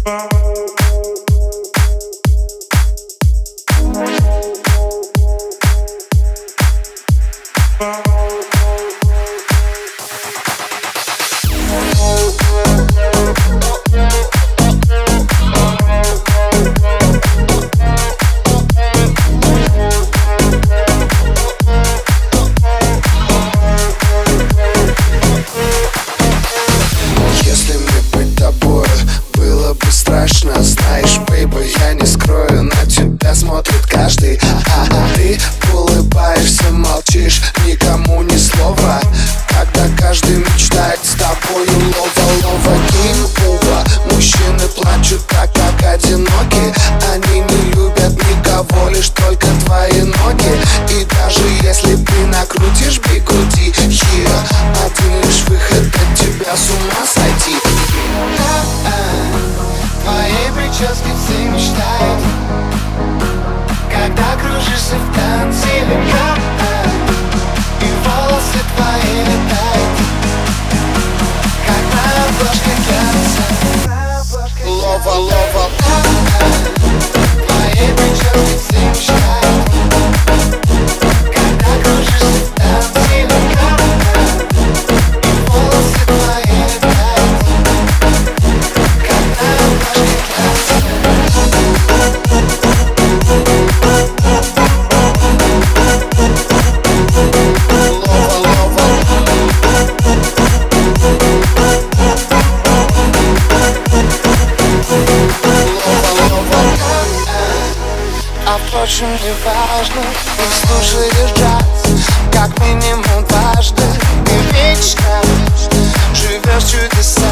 Если мне быть тобой было бы страшно, знаешь, бейби, я не скрою, на тебя смотрит каждый. Ты улыбаешься, молчишь, никому ни слова, когда каждый мечтает с тобою лова. Кинь-ува, мужчины плачут так, как одиноки. Они не любят никого, лишь только твои ноги. И даже если ты накрутишь бигуди, один лишь выход от тебя с ума сойти. Твоей прическе все мечтают, когда кружишься в танце легко, и волосы твои летают, как на обложке глянца. Лова. Твоей прическе все мечтают, когда кружишься в танце легко, и волосы твои летают, как на обложке глянца. А впрочем, не важно, ты слушаешь джаз как минимум дважды. И вечно живешь чудеса.